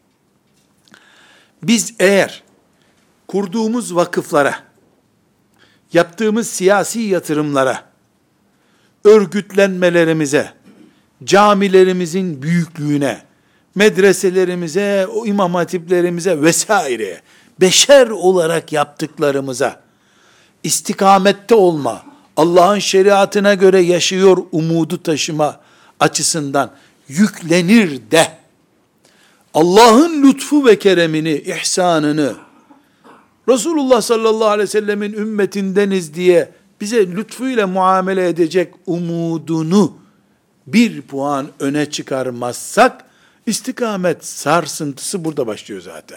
Biz eğer kurduğumuz vakıflara, yaptığımız siyasi yatırımlara, örgütlenmelerimize, camilerimizin büyüklüğüne, medreselerimize, o imam hatiplerimize vesaire, beşer olarak yaptıklarımıza, istikamette olma, Allah'ın şeriatına göre yaşıyor umudu taşıma açısından yüklenir de, Allah'ın lütfu ve keremini, ihsanını, Resulullah sallallahu aleyhi ve sellemin ümmetindeniz diye bize lütfuyla muamele edecek umudunu bir puan öne çıkarmazsak, istikamet sarsıntısı burada başlıyor zaten.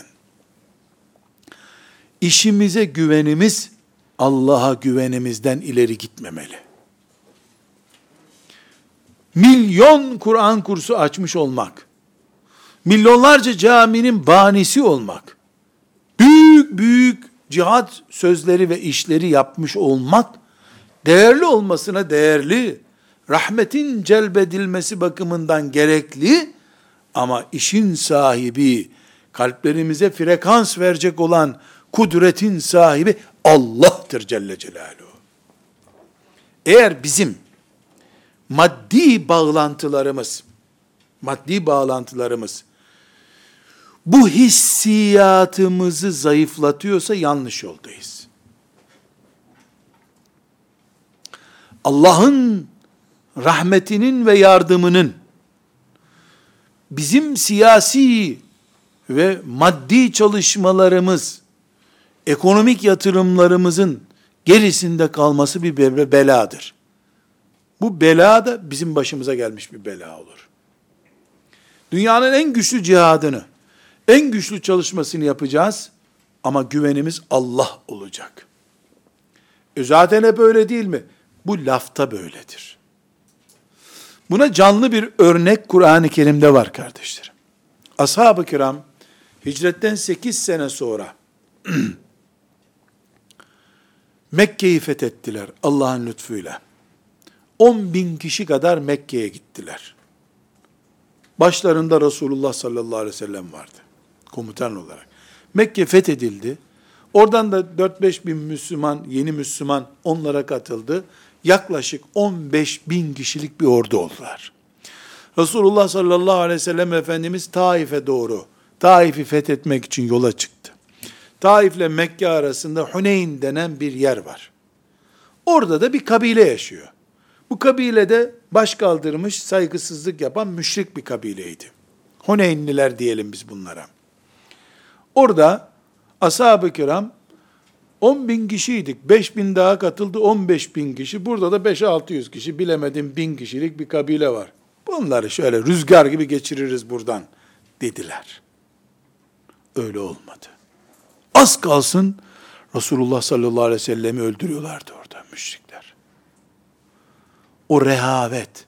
İşimize güvenimiz, Allah'a güvenimizden ileri gitmemeli. Milyon Kur'an kursu açmış olmak, milyonlarca caminin banisi olmak, büyük büyük cihat sözleri ve işleri yapmış olmak, değerli olmasına değerli, rahmetin celbedilmesi bakımından gerekli, ama işin sahibi, kalplerimize frekans verecek olan kudretin sahibi Allah'tır Celle Celaluhu. Eğer bizim maddi bağlantılarımız, maddi bağlantılarımız bu hissiyatımızı zayıflatıyorsa yanlış yoldayız. Allah'ın rahmetinin ve yardımının bizim siyasi ve maddi çalışmalarımız, ekonomik yatırımlarımızın gerisinde kalması bir beladır. Bu bela da bizim başımıza gelmiş bir bela olur. Dünyanın en güçlü cihadını, en güçlü çalışmasını yapacağız ama güvenimiz Allah olacak. E zaten hep öyle değil mi? Bu lafta böyledir. Buna canlı bir örnek Kur'an-ı Kerim'de var kardeşlerim. Ashab-ı kiram hicretten sekiz sene sonra Mekke'yi fethettiler Allah'ın lütfuyla. on bin kişi kadar Mekke'ye gittiler. Başlarında Resulullah sallallahu aleyhi ve sellem vardı. Komutan olarak. Mekke fethedildi. Oradan da dört beş bin Müslüman, yeni Müslüman onlara katıldı. Yaklaşık on beş bin kişilik bir ordu oldular. Resulullah sallallahu aleyhi ve sellem Efendimiz Taif'e doğru, Taif'i fethetmek için yola çıktı. Taif ile Mekke arasında Huneyn denen bir yer var. Orada da bir kabile yaşıyor. Bu kabilede baş kaldırmış, saygısızlık yapan müşrik bir kabileydi. Huneynliler diyelim biz bunlara. Orada ashab-ı kiram on bin kişiydik. beş bin daha katıldı, on beş bin kişi. Burada da beş altı yüz kişi, bilemedim bin kişilik bir kabile var. Bunları şöyle rüzgar gibi geçiririz buradan dediler. Öyle olmadı. Az kalsın Resulullah sallallahu aleyhi ve sellem'i öldürüyorlardı orada müşrikler. O rehavet,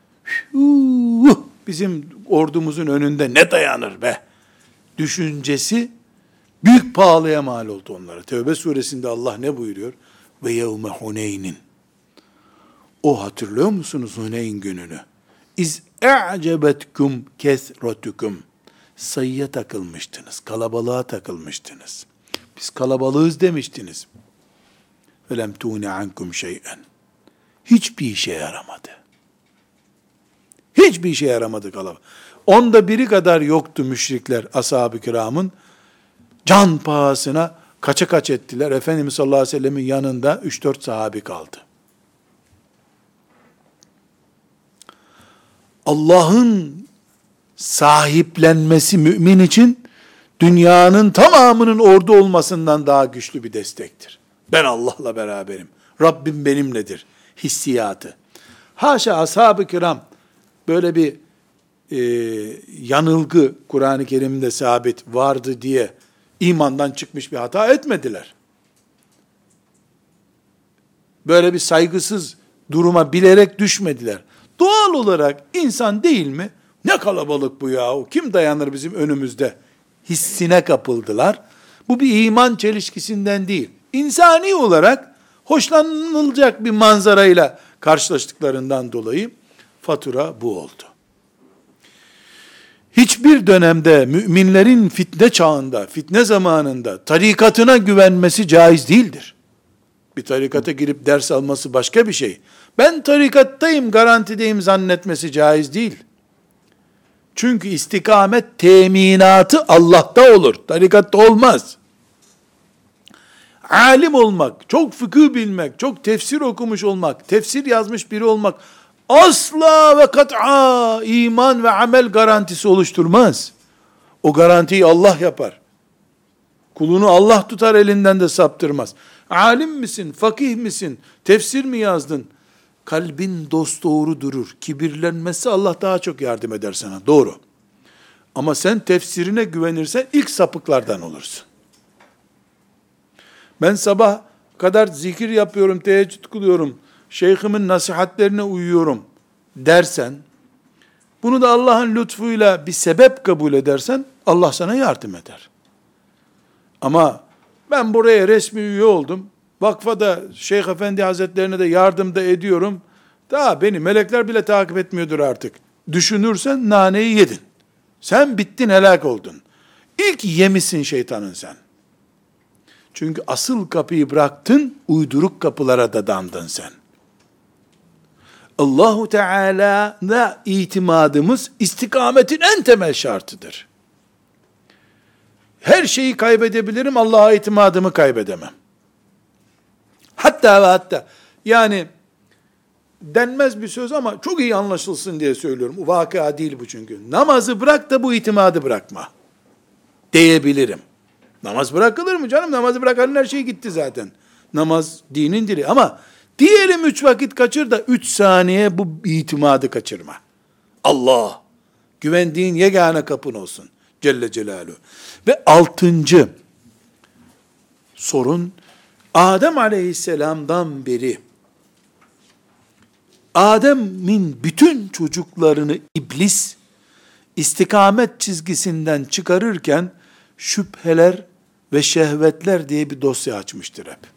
bizim ordumuzun önünde ne dayanır be düşüncesi büyük pahalıya mal oldu onlara. Tevbe suresinde Allah ne buyuruyor? Ve yevme Huneyn'in. O hatırlıyor musunuz Huneyn gününü? İz e'cebetkum kesretukum. Sayıya takılmıştınız, kalabalığa takılmıştınız. Biz kalabalığız demiştiniz. ve lem tuni ankum şey'en. Hiçbir işe yaramadı. Hiçbir işe yaramadı kalabalık. Onda biri kadar yoktu müşrikler ashab-ı kiramın. Can pahasına kaça kaç ettiler. Efendimiz sallallahu aleyhi ve sellemin yanında üç dört sahabi kaldı. Allah'ın sahiplenmesi mümin için dünyanın tamamının orada olmasından daha güçlü bir destektir. Ben Allah'la beraberim. Rabbim benimledir hissiyatı. Haşa ashab-ı kiram böyle bir e, yanılgı Kur'an-ı Kerim'de sabit vardı diye imandan çıkmış bir hata etmediler. Böyle bir saygısız duruma bilerek düşmediler. Doğal olarak insan değil mi? Ne kalabalık bu yahu, kim dayanır bizim önümüzde hissine kapıldılar. Bu bir iman çelişkisinden değil. İnsani olarak hoşlanılacak bir manzarayla karşılaştıklarından dolayı fatura bu oldu. Hiçbir dönemde müminlerin fitne çağında, fitne zamanında tarikatına güvenmesi caiz değildir. Bir tarikata girip ders alması başka bir şey. Ben tarikattayım, garantideyim zannetmesi caiz değil. Çünkü istikamet teminatı Allah'ta olur. Tarikatta olmaz. Alim olmak, çok fıkıh bilmek, çok tefsir okumuş olmak, tefsir yazmış biri olmak asla ve kat'a iman ve amel garantisi oluşturmaz. O garantiyi Allah yapar. Kulunu Allah tutar, elinden de saptırmaz. Alim misin, fakih misin, tefsir mi yazdın? Kalbin dosdoğru durur. Kibirlenmesi Allah daha çok yardım eder sana. Doğru. Ama sen tefsirine güvenirsen ilk sapıklardan olursun. Ben sabah kadar zikir yapıyorum, teheccüd kılıyorum, şeyhimin nasihatlerine uyuyorum dersen, bunu da Allah'ın lütfuyla bir sebep kabul edersen, Allah sana yardım eder. Ama ben buraya resmi üye oldum, vakfa da Şeyh Efendi Hazretlerine de yardım da ediyorum, daha beni melekler bile takip etmiyordur artık düşünürsen naneyi yedin. Sen bittin, helak oldun. İlk yemişsin şeytanın sen. Çünkü asıl kapıyı bıraktın, uyduruk kapılara dadandın sen. Allahu Teala'na itimadımız istikametin en temel şartıdır. Her şeyi kaybedebilirim, Allah'a itimadımı kaybedemem. Hatta ve hatta, yani denmez bir söz ama çok iyi anlaşılsın diye söylüyorum. Vakıa değil bu çünkü. Namazı bırak da bu itimadı bırakma diyebilirim. Namaz bırakılır mı canım? Namazı bırakanın her şey gitti zaten. Namaz dinin dili. Ama diyelim üç vakit kaçır da üç saniye bu itimadı kaçırma. Allah, güvendiğin yegane kapın olsun. Celle Celaluhu. Ve altıncı sorun, Adem aleyhisselamdan beri Adem'in bütün çocuklarını iblis istikamet çizgisinden çıkarırken şüpheler ve şehvetler diye bir dosya açmıştır hep.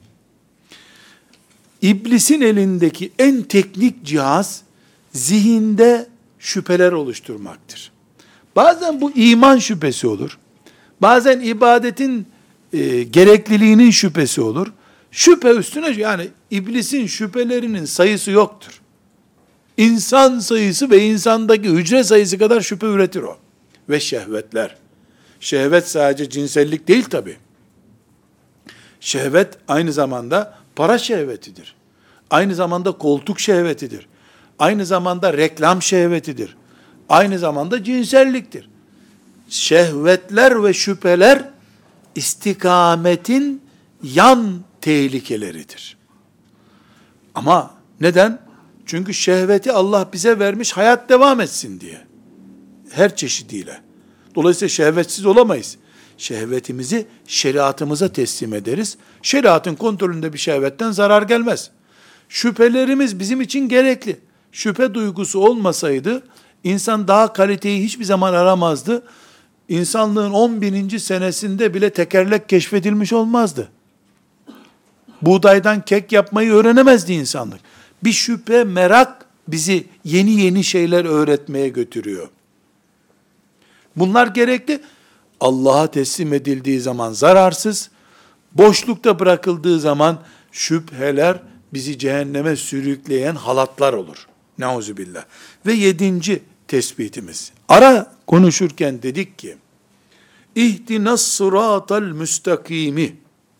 İblisin elindeki en teknik cihaz zihinde şüpheler oluşturmaktır. Bazen bu iman şüphesi olur. Bazen ibadetin e, gerekliliğinin şüphesi olur. Şüphe üstüne, yani iblisin şüphelerinin sayısı yoktur. İnsan sayısı ve insandaki hücre sayısı kadar şüphe üretir o. Ve şehvetler. Şehvet sadece cinsellik değil tabi. Şehvet aynı zamanda para şehvetidir. Aynı zamanda koltuk şehvetidir. Aynı zamanda reklam şehvetidir. Aynı zamanda cinselliktir. Şehvetler ve şüpheler istikametin yan tehlikeleridir. Ama neden? Çünkü şehveti Allah bize vermiş, hayat devam etsin diye. Her çeşidiyle. Dolayısıyla şehvetsiz olamayız. Şehvetimizi şeriatımıza teslim ederiz. Şeriatın kontrolünde bir şehvetten zarar gelmez. Şüphelerimiz bizim için gerekli. Şüphe duygusu olmasaydı, insan daha kaliteyi hiçbir zaman aramazdı. İnsanlığın on bininci senesinde bile tekerlek keşfedilmiş olmazdı. Buğdaydan kek yapmayı öğrenemezdi insanlık. Bir şüphe, merak bizi yeni yeni şeyler öğretmeye götürüyor. Bunlar gerekli. Allah'a teslim edildiği zaman zararsız, boşlukta bırakıldığı zaman şüpheler bizi cehenneme sürükleyen halatlar olur. Nauzubillah. Ve yedinci tespitimiz. Ara konuşurken dedik ki, İhdinas sıratal müstakimi.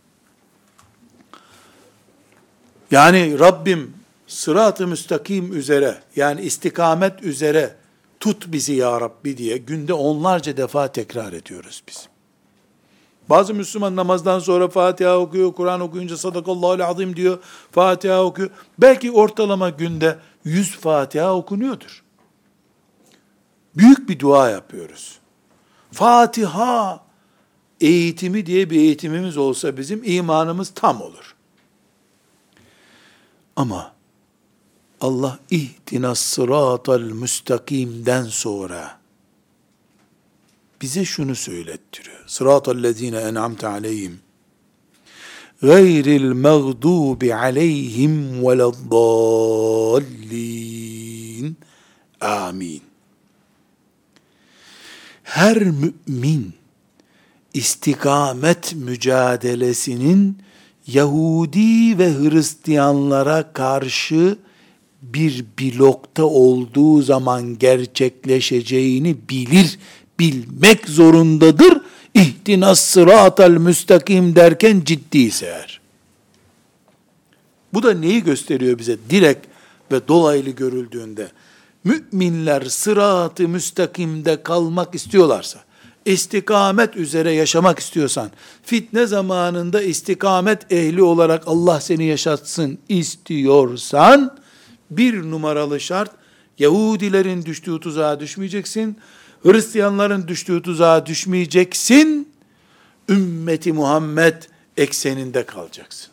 Yani Rabbim sırat-ı müstakim üzere, yani istikamet üzere tut bizi ya Rabbi diye günde onlarca defa tekrar ediyoruz biz. Bazı Müslüman namazdan sonra Fatiha okuyor, Kur'an okuyunca sadakallahul azim diyor, Fatiha okuyor. Belki ortalama günde yüz Fatiha okunuyordur. Büyük bir dua yapıyoruz. Fatiha eğitimi diye bir eğitimimiz olsa bizim imanımız tam olur. Ama Allah ihdinas sıratal müstakimden sonra bize şunu söylettiriyor. Sıratal lezine en'amte aleyhim gayril mağdubi aleyhim veleddallin. Amin. Her mümin istikamet mücadelesinin Yahudi ve Hristiyanlara karşı bir blokta olduğu zaman gerçekleşeceğini bilir, bilmek zorundadır. İhdinas sıratal müstakim derken ciddiyse eğer. Bu da neyi gösteriyor bize? Direkt ve dolaylı görüldüğünde, müminler sırat-ı müstakimde kalmak istiyorlarsa, istikamet üzere yaşamak istiyorsan, fitne zamanında istikamet ehli olarak Allah seni yaşatsın istiyorsan, bir numaralı şart, Yahudilerin düştüğü tuzağa düşmeyeceksin, Hristiyanların düştüğü tuzağa düşmeyeceksin, ümmeti Muhammed ekseninde kalacaksın.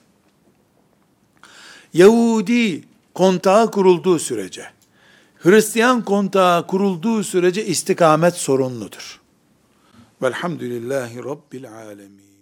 Yahudi kontağı kurulduğu sürece, Hristiyan kontağı kurulduğu sürece istikamet sorunludur. Velhamdülillahi Rabbil alemin.